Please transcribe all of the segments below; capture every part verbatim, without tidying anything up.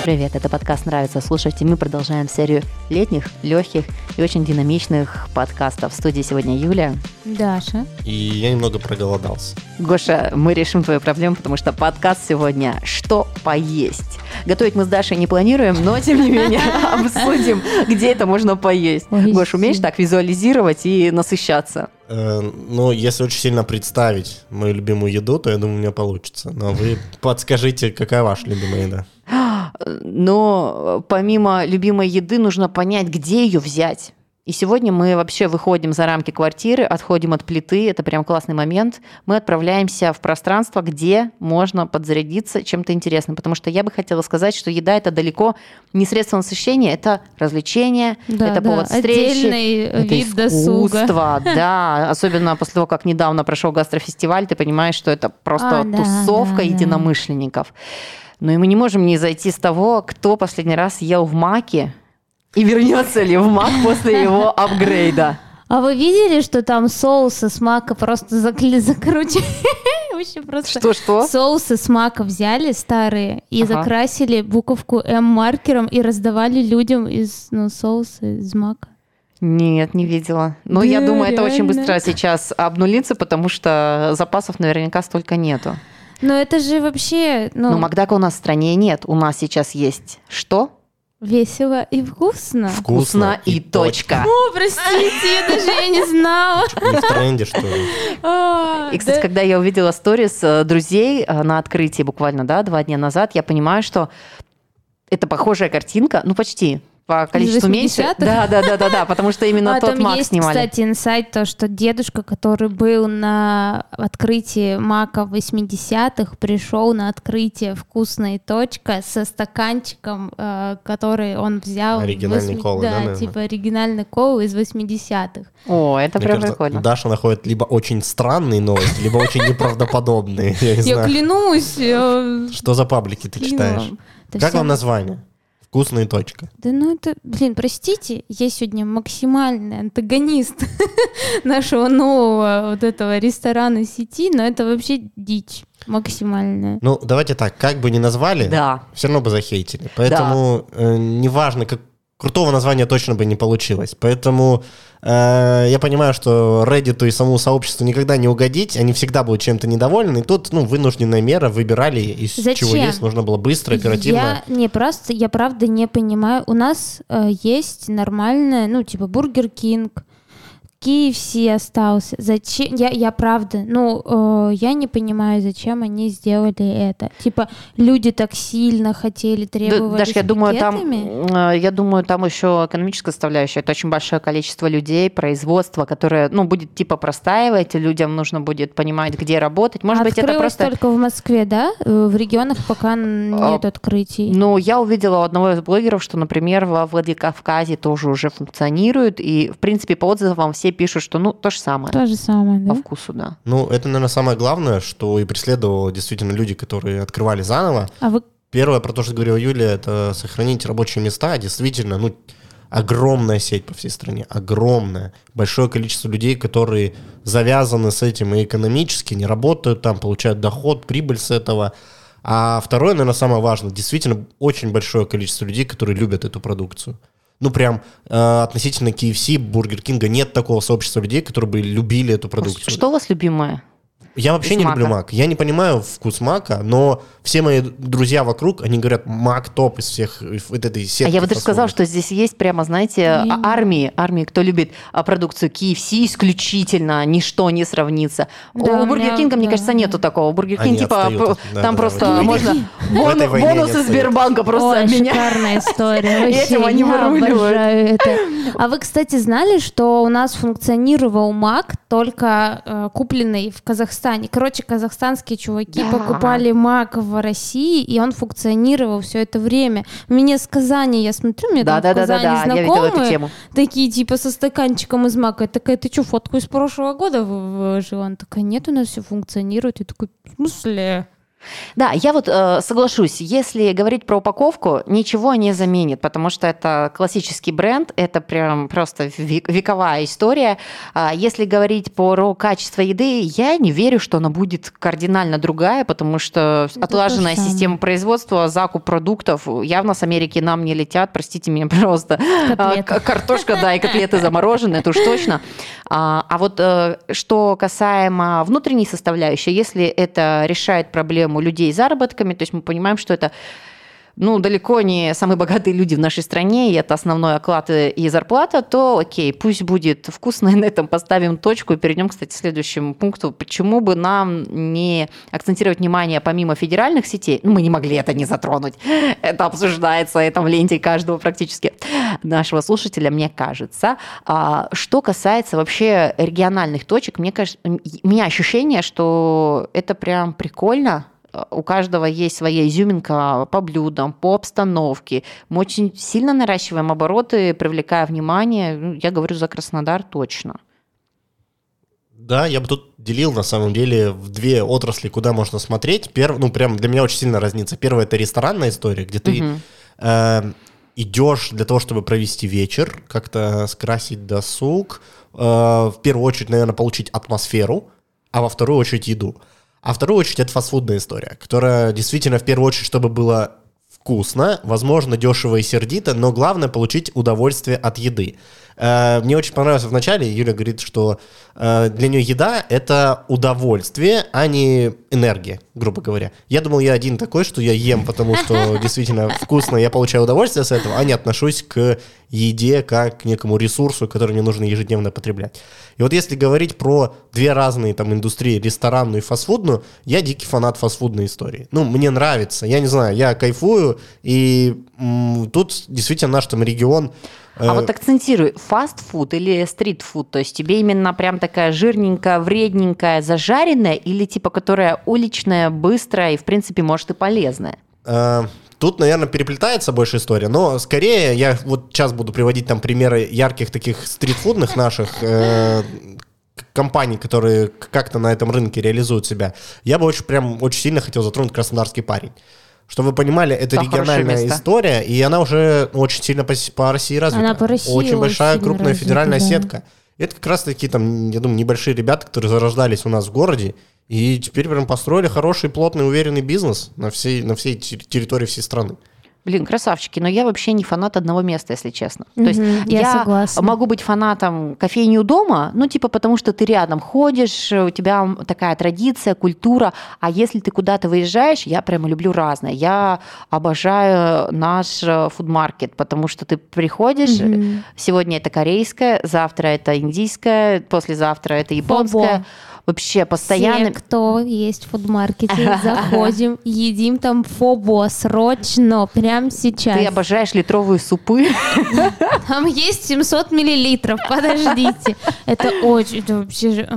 Привет, это подкаст «Нравится слушать», и мы продолжаем серию летних, легких и очень динамичных подкастов. В студии сегодня Юля. Даша. И я немного проголодался. Гоша, мы решим твою проблему, потому что подкаст сегодня «Что поесть?». Готовить мы с Дашей не планируем, но тем не менее обсудим, где это можно поесть. Гош, умеешь так визуализировать и насыщаться? Ну, если очень сильно представить мою любимую еду, то я думаю, у меня получится. Но вы подскажите, какая ваша любимая еда? Но помимо любимой еды нужно понять, где ее взять. И сегодня мы вообще выходим за рамки квартиры, отходим от плиты, это прям классный момент. Мы отправляемся в пространство, где можно подзарядиться чем-то интересным. Потому что я бы хотела сказать, что еда – это далеко не средство насыщения, это развлечение, да, это да, повод встречи, это вид досуга. Да, особенно после того, как недавно прошел гастрофестиваль, ты понимаешь, что это просто а, тусовка да, да, единомышленников. Да. Ну и мы не можем не зайти с того, кто последний раз ел в Маке, и вернется ли в Мак после его апгрейда. А вы видели, что там соусы с мака просто закли- закручивали? Вообще просто Что-что? Соусы с мака взяли старые и ага. закрасили буковку М маркером и раздавали людям из ну, соуса из мака. Нет, не видела. Но да, я думаю, реально. Это очень быстро сейчас обнулится, потому что запасов наверняка столько нету. Но это же вообще... Ну... Но Макдака у нас в стране нет. У нас сейчас есть что? Весело и вкусно. Вкусно, вкусно и, и точка. О, простите, я даже я не знала. Не в тренде, что ли? И, кстати, когда я увидела сторис друзей на открытии буквально, да, два дня назад, я понимаю, что это похожая картинка, ну, почти. По количеству меньше. Да, да, да, да, да, потому что именно а тот там Мак есть, снимали. Кстати, инсайт, то, что дедушка, который был на открытии Мака в восьмидесятых, пришел на открытие «Вкусная точка» со стаканчиком, э, который он взял. Оригинальной восьми... колы, да, да? Наверное? Типа оригинальной колы из восьмидесятых. О, это Мне прям кажется, прикольно. Даша находит либо очень странные новости, либо очень неправдоподобные. Я, не я знаю. клянусь. Я... Что за паблики ты читаешь? Это как все... вам название? «Вкусная точка». Да ну это, блин, простите, я сегодня максимальный антагонист нашего нового вот этого ресторана сети, но это вообще дичь максимальная. Ну, давайте так, как бы ни назвали, да. все равно бы захейтили. Поэтому да. э, неважно, как крутого названия точно бы не получилось. Поэтому э, я понимаю, что Reddit и самому сообществу никогда не угодить, они всегда будут чем-то недовольны. И тут, ну, вынужденная мера, выбирали, из Зачем? Чего есть, нужно было быстро, оперативно. Я не просто, я правда не понимаю. У нас э, есть нормальная, ну, типа Бургер Кинг, кей эф си остался. Зачем? Я, я правда, ну, э, я не понимаю, зачем они сделали это. Типа, люди так сильно хотели, требовали. Даш, я думаю, там, я думаю, там еще экономическая составляющая. Это очень большое количество людей, производства, которое, ну, будет типа простаивать, людям нужно будет понимать, где работать. Может быть, это просто... только в Москве, да? В регионах пока нет открытий. Ну, я увидела у одного из блогеров, что, например, во Владикавказе тоже уже функционирует, и, в принципе, по отзывам все пишут, что, ну, то же самое. То же самое, да? По вкусу, да. Ну, это, наверное, самое главное, что и преследовало действительно люди, которые открывали заново. А вы... Первое, про то, что говорила Юлия, это сохранить рабочие места. Действительно, ну, огромная сеть по всей стране, огромная. Большое количество людей, которые завязаны с этим и экономически, не работают там, получают доход, прибыль с этого. А второе, наверное, самое важное, действительно очень большое количество людей, которые любят эту продукцию. Ну, прям э, относительно кей эф си, Бургер Кинга нет такого сообщества людей, которые бы любили эту продукцию. Что у вас любимое? Я вообще не люблю Мак. Я не понимаю вкус Мака, но все мои друзья вокруг, они говорят, Мак топ из всех вот этой сетки. А я бы даже сказала, что здесь есть прямо, знаете, mm. армии, армии, кто любит продукцию кей эф си исключительно, ничто не сравнится. Да, у Бургер Кинга, мне да. кажется, нету такого. Бургер Кинг, типа, отстают. там да, просто да, можно бон, бонусы Сбербанка просто обменять. Шикарная история. Этим они выруливают. А вы, кстати, знали, что у нас функционировал Мак, только купленный в Казахстане? Короче, казахстанские чуваки да. покупали Мак в России, и он функционировал все это время. Мне с Казани, я смотрю, мне да, там да, в Казани да, да, знакомые, такие типа со стаканчиком из Мака. Я такая, ты что, фотку из прошлого года выложила? Она такая, нет, у нас все функционирует. Я такой, в смысле? Да, я вот э, соглашусь, если говорить про упаковку, ничего не заменит, потому что это классический бренд, это прям просто вековая история. А если говорить про качество еды, я не верю, что она будет кардинально другая, потому что это отлаженная система производства, закуп продуктов явно с Америки нам не летят, простите меня, пожалуйста. Котлеты. Картошка, да, и котлеты замороженные, это уж точно. А, а вот э, что касаемо внутренней составляющей, если это решает проблему людей с заработками, то есть мы понимаем, что это ну, далеко не самые богатые люди в нашей стране, и это основной оклад и зарплата, то окей, пусть будет вкусно, и на этом поставим точку, и перейдем, кстати, к следующему пункту. Почему бы нам не акцентировать внимание помимо федеральных сетей? Ну, мы не могли это не затронуть. Это обсуждается, это в ленте каждого практически нашего слушателя, мне кажется. Что касается вообще региональных точек, мне кажется, у меня ощущение, что это прям прикольно. У каждого есть своя изюминка по блюдам, по обстановке. Мы очень сильно наращиваем обороты, привлекая внимание. Я говорю за Краснодар точно. Да, я бы тут делил, на самом деле, в две отрасли, куда можно смотреть. Перв... Ну, прям для меня очень сильно разница. Первая – это ресторанная история, где ты угу. э, идешь для того, чтобы провести вечер, как-то скрасить досуг. Э, в первую очередь, наверное, получить атмосферу, а во вторую очередь еду. А в вторую очередь это фастфудная история, которая действительно в первую очередь, чтобы было вкусно, возможно, дешево и сердито, но главное получить удовольствие от еды. Мне очень понравилось в начале, Юля говорит, что для нее еда – это удовольствие, а не энергия, грубо говоря. Я думал, я один такой, что я ем, потому что действительно вкусно, я получаю удовольствие с этого, а не отношусь к еде как к некому ресурсу, который мне нужно ежедневно потреблять. И вот если говорить про две разные там индустрии, ресторанную и фастфудную, я дикий фанат фастфудной истории. Ну, мне нравится, я не знаю, я кайфую, и м- тут действительно наш там регион. А вот акцентируй, фастфуд или стритфуд, то есть тебе именно прям такая жирненькая, вредненькая, зажаренная или типа которая уличная, быстрая и в принципе может и полезная? Тут, наверное, переплетается больше история, но скорее я вот сейчас буду приводить там примеры ярких таких стритфудных наших э, компаний, которые как-то на этом рынке реализуют себя. Я бы очень прям очень сильно хотел затронуть Краснодарский парень. Чтобы вы понимали, это да, региональная история, и она уже очень сильно по, по России развита. Она по России очень большая, очень крупная развита, федеральная да. сетка. Это как раз таки, там, я думаю, небольшие ребята, которые зарождались у нас в городе, и теперь прям построили хороший, плотный, уверенный бизнес на всей, на всей территории всей страны. Блин, красавчики, но я вообще не фанат одного места, если честно. Mm-hmm, То есть я, я согласна. могу быть фанатом кофейни у дома, ну типа потому что ты рядом ходишь, у тебя такая традиция, культура, а если ты куда-то выезжаешь, я прямо люблю разное. Я обожаю наш фудмаркет, потому что ты приходишь, mm-hmm. сегодня это корейское, завтра это индийское, послезавтра это японское. Фобо. Вообще постоянно... Все, кто есть в фудмаркете, заходим, едим там фобо срочно, прямо сейчас. Ты обожаешь литровые супы? Там есть семьсот миллилитров, подождите. Это очень, это вообще же...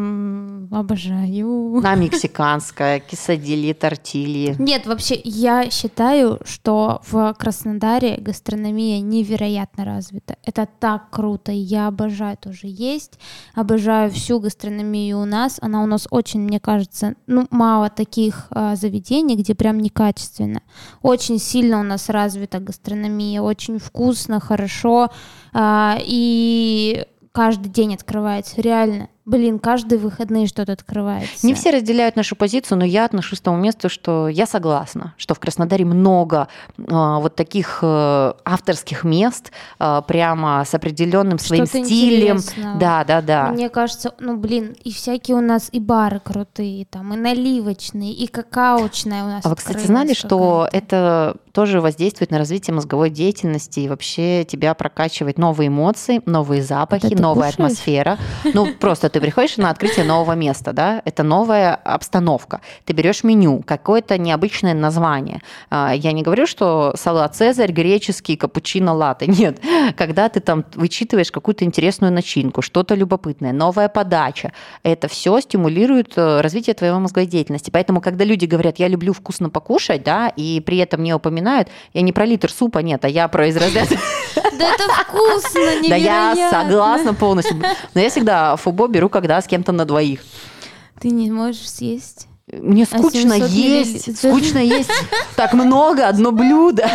Обожаю. На мексиканское, кесадильи, тортильи. Нет, вообще, я считаю, что в Краснодаре гастрономия невероятно развита. Это так круто, я обожаю тоже есть, обожаю всю гастрономию у нас. Она у нас очень, мне кажется, ну, мало таких а, заведений, где прям некачественно. Очень сильно у нас развита гастрономия, очень вкусно, хорошо, а, и каждый день открывается, реально. Блин, каждые выходные что-то открывается. Не все разделяют нашу позицию, но я отношусь к тому месту, что я согласна, что в Краснодаре много э, вот таких э, авторских мест, э, прямо с определенным своим что-то стилем. Интересного. Да, да, да. Мне кажется, ну блин, и всякие у нас и бары крутые, там, и наливочные, и какаочная у нас. А вы, кстати, знали, что это тоже воздействует на развитие мозговой деятельности и вообще тебя прокачивает новые эмоции, новые запахи, новая кушаешь? Атмосфера. Ну, просто ты приходишь на открытие нового места, да, это новая обстановка. Ты берешь меню, какое-то необычное название. Я не говорю, что салат Цезарь, греческий, капучино, латте. Нет. Когда ты там вычитываешь какую-то интересную начинку, что-то любопытное, новая подача, это все стимулирует развитие твоей мозговой деятельности. Поэтому, когда люди говорят, я люблю вкусно покушать, да, и при этом не упоминают, я не про литр супа, нет, а я про из разряда... Да это вкусно, невероятно. Да я согласна полностью. Но я всегда фобо беру, когда с кем-то на двоих. Ты не можешь съесть? Мне скучно А есть, миллилитров. скучно есть так много, одно блюдо.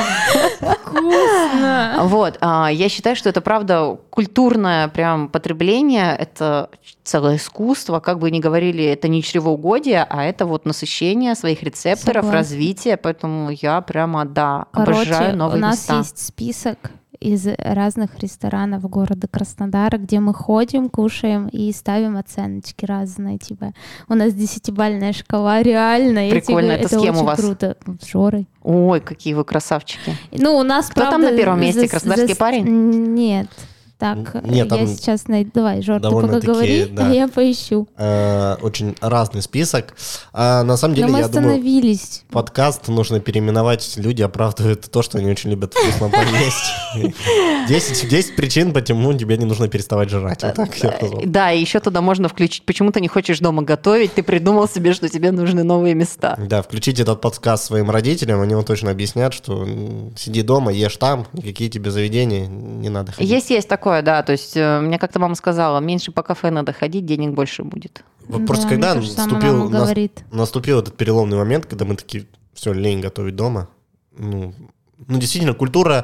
Вкусно. Вот, а, я считаю, что это правда культурное прям потребление, это целое искусство, как бы ни говорили, это не чревоугодие, а это вот насыщение своих рецепторов, Согласна. развитие, поэтому я прямо, да, Короче, обожаю новые у нас места. есть список из разных ресторанов города Краснодара, где мы ходим, кушаем и ставим оценочки разные. Типа, у нас десятибалльная шкала, реально. я тебе Прикольно. говорю, Это с кем очень у вас? круто. С Жорой. Ой, какие вы красавчики. Ну, у нас, Кто там правда, на первом месте? за- Краснодарский за- парень? Нет. Так, Нет, я там сейчас найду. Давай, Жор, ты пока довольно-таки, говори, да. а я поищу. Э, Очень разный список. А на самом деле, Но мы я думаю, остановились. подкаст нужно переименовать. Люди оправдывают то, что они очень любят вкусно поесть. десять, десять причин, почему тебе не нужно переставать жрать. Вот так я назвал. Да, и еще туда можно включить, почему ты не хочешь дома готовить, ты придумал себе, что тебе нужны новые места. Да, включите этот подкаст своим родителям, они вам точно объяснят, что м, сиди дома, ешь там, никакие тебе заведения не надо ходить. Есть, есть такое, да, то есть э, мне как-то мама сказала, меньше по кафе надо ходить, денег больше будет. Вот просто Да, когда мне то же самое наступил, мама нас- говорит. наступил этот переломный момент, когда мы такие, все, лень готовить дома. Ну, ну действительно, культура,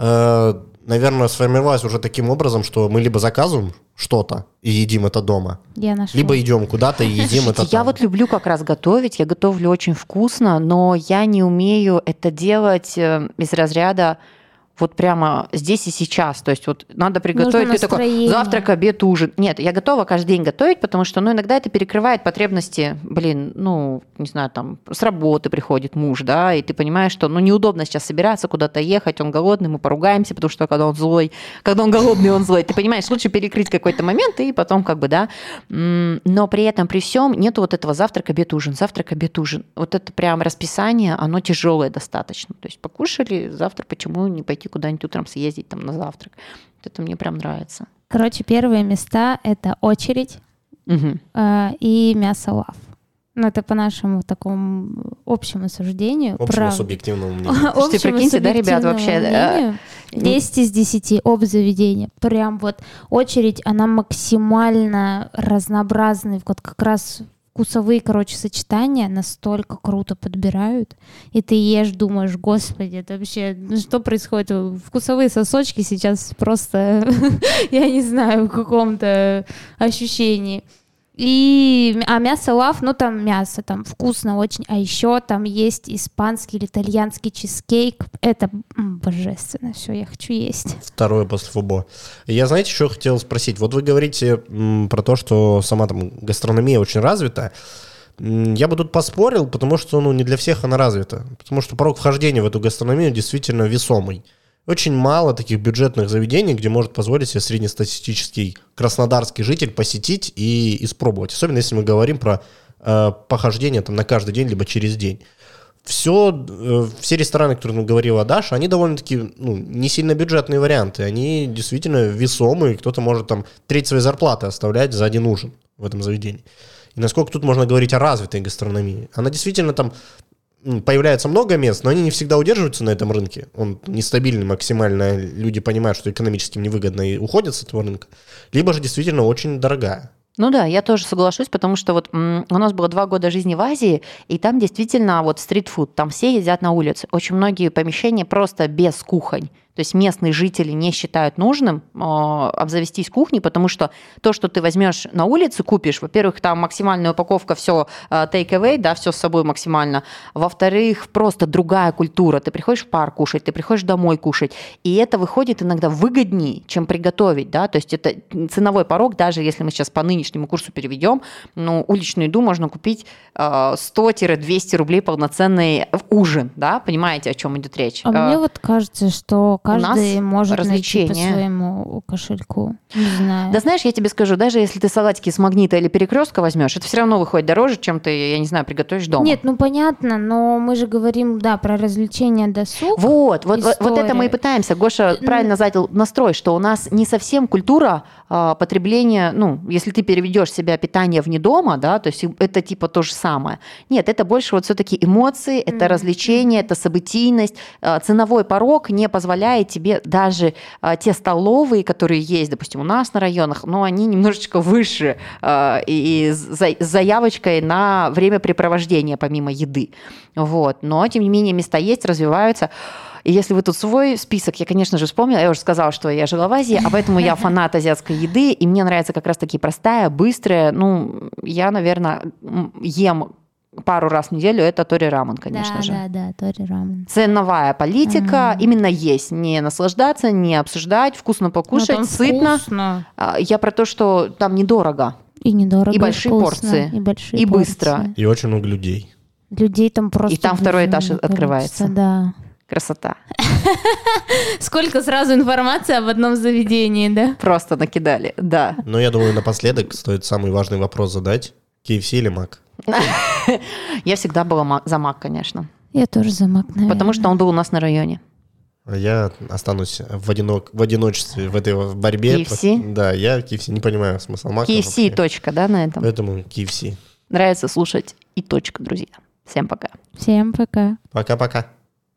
э, наверное, сформировалась уже таким образом, что мы либо заказываем что-то и едим это дома, Я нашла. либо идем куда-то и едим это Слушайте, я там. вот люблю как раз готовить, я готовлю очень вкусно, но я не умею это делать э, из разряда вот прямо здесь и сейчас. То есть вот надо приготовить, Нужно ты такой, настроение. завтрак, обед, ужин. Нет, я готова каждый день готовить, потому что, ну, иногда это перекрывает потребности, блин, ну, не знаю, там, с работы приходит муж, да, и ты понимаешь, что, ну, неудобно сейчас собираться, куда-то ехать, он голодный, мы поругаемся, потому что когда он злой, когда он голодный, он злой. Ты понимаешь, лучше перекрыть какой-то момент и потом как бы, да. М, Но при этом, при всем, нету вот этого завтрак, обед, ужин, завтрак, обед, ужин. Вот это прям расписание, оно тяжелое достаточно. То есть покушали, завтра почему не пойти куда-нибудь утром съездить там на завтрак. Вот это мне прям нравится. Короче, первые места — это очередь Мгм. э, и мясо лав. Ну, это по нашему такому общему суждению. Общему правда. субъективному мнению. Слушайте, Общему прикиньте, да, ребят, субъективному вообще, мнению, э, десять из десяти оба заведения. Прям вот очередь, она максимально разнообразная. Вот как раз вкусовые, короче, сочетания настолько круто подбирают. И ты ешь, думаешь, господи, это вообще, ну что происходит? Вкусовые сосочки сейчас просто, я не знаю, в каком-то ощущении. И, а мясо лав, ну там мясо, там вкусно очень, а еще там есть испанский или итальянский чизкейк, это м, божественно, все, я хочу есть. Второе после фубо. Я, знаете, что хотел спросить? Вот вы говорите м, про то, что сама там гастрономия очень развита. М, Я бы тут поспорил, потому что ну, не для всех она развита. Потому что порог вхождения в эту гастрономию действительно весомый. Очень мало таких бюджетных заведений, где может позволить себе среднестатистический краснодарский житель посетить и испробовать. Особенно если мы говорим про э, похождение там, на каждый день, либо через день. Все, э, все рестораны, которые говорила Даша, они довольно-таки ну, не сильно бюджетные варианты. Они действительно весомые. Кто-то может там треть своей зарплаты оставлять за один ужин в этом заведении. И насколько тут можно говорить о развитой гастрономии? Она действительно там появляется много мест, но они не всегда удерживаются на этом рынке. Он нестабильный максимально. Люди понимают, что экономически им невыгодно и уходят с этого рынка. Либо же действительно очень дорогая. Ну да, я тоже соглашусь, потому что вот м, у нас было два года жизни в Азии, и там действительно вот стритфуд, там все едят на улице. Очень многие помещения просто без кухонь. То есть местные жители не считают нужным э, обзавестись кухней, потому что то, что ты возьмешь на улице, купишь, во-первых, там максимальная упаковка, все э, take away, да, все с собой максимально. Во-вторых, просто другая культура. Ты приходишь в парк кушать, ты приходишь домой кушать, и это выходит иногда выгоднее, чем приготовить, да. То есть это ценовой порог, даже если мы сейчас по нынешнему курсу переведем, ну, уличную еду можно купить э, сто-двести рублей полноценный ужин, да, понимаете, о чем идет речь? А Э, мне вот кажется, что каждый может найти по развлечения. своему кошельку. Не знаю. Да знаешь, я тебе скажу, даже если ты салатики с Магнита или Перекрестка возьмешь, это все равно выходит дороже, чем ты, я не знаю, приготовишь дома. Нет, ну понятно, но мы же говорим, да, про развлечения, досуг. Вот, вот, вот, вот это мы и история. пытаемся. Гоша правильно задел настрой, что у нас не совсем культура а, потребления, ну, если ты переведешь себя питание вне дома, да, то есть это типа то же самое. Нет, это больше вот все-таки эмоции, это Мгм. развлечения, это событийность. А, ценовой порог не позволяет позволяет тебе даже а, те столовые, которые есть, допустим, у нас на районах, но они немножечко выше а, и, и за, с заявочкой на времяпрепровождение помимо еды. Вот. Но, тем не менее, места есть, развиваются. И если вы тут свой список, я, конечно же, вспомнила, я уже сказала, что я жила в Азии, а поэтому я фанат азиатской еды, и мне нравится как раз-таки простая, быстрая. Ну, я, наверное, ем пару раз в неделю, это тори рамен, конечно да, же. Да, да, тори рамен. Ценовая политика, Mm. именно есть, не наслаждаться, не обсуждать, вкусно покушать, Ну, сытно. Вкусно. Я про то, что там недорого. И недорого, И большие вкусно, порции. И большие И порции. быстро. И очень много людей. Людей там просто... И там второй этаж безумное открывается. количество, Да. Красота. Сколько сразу информации об одном заведении, да? Просто накидали, да. Но я думаю, напоследок стоит самый важный вопрос задать. кей эф си или Мак? Я всегда была за Мак, конечно. Я тоже за Мак, наверное. Потому что он был у нас на районе. А я останусь в, одинок, в одиночестве в этой борьбе. кей эф си? Да, я кей эф си не понимаю смысл Мака. кей эф си вообще. точка, да, на этом? Поэтому кей эф си. Нравится слушать и точка, друзья. Всем пока. Всем пока. Пока-пока.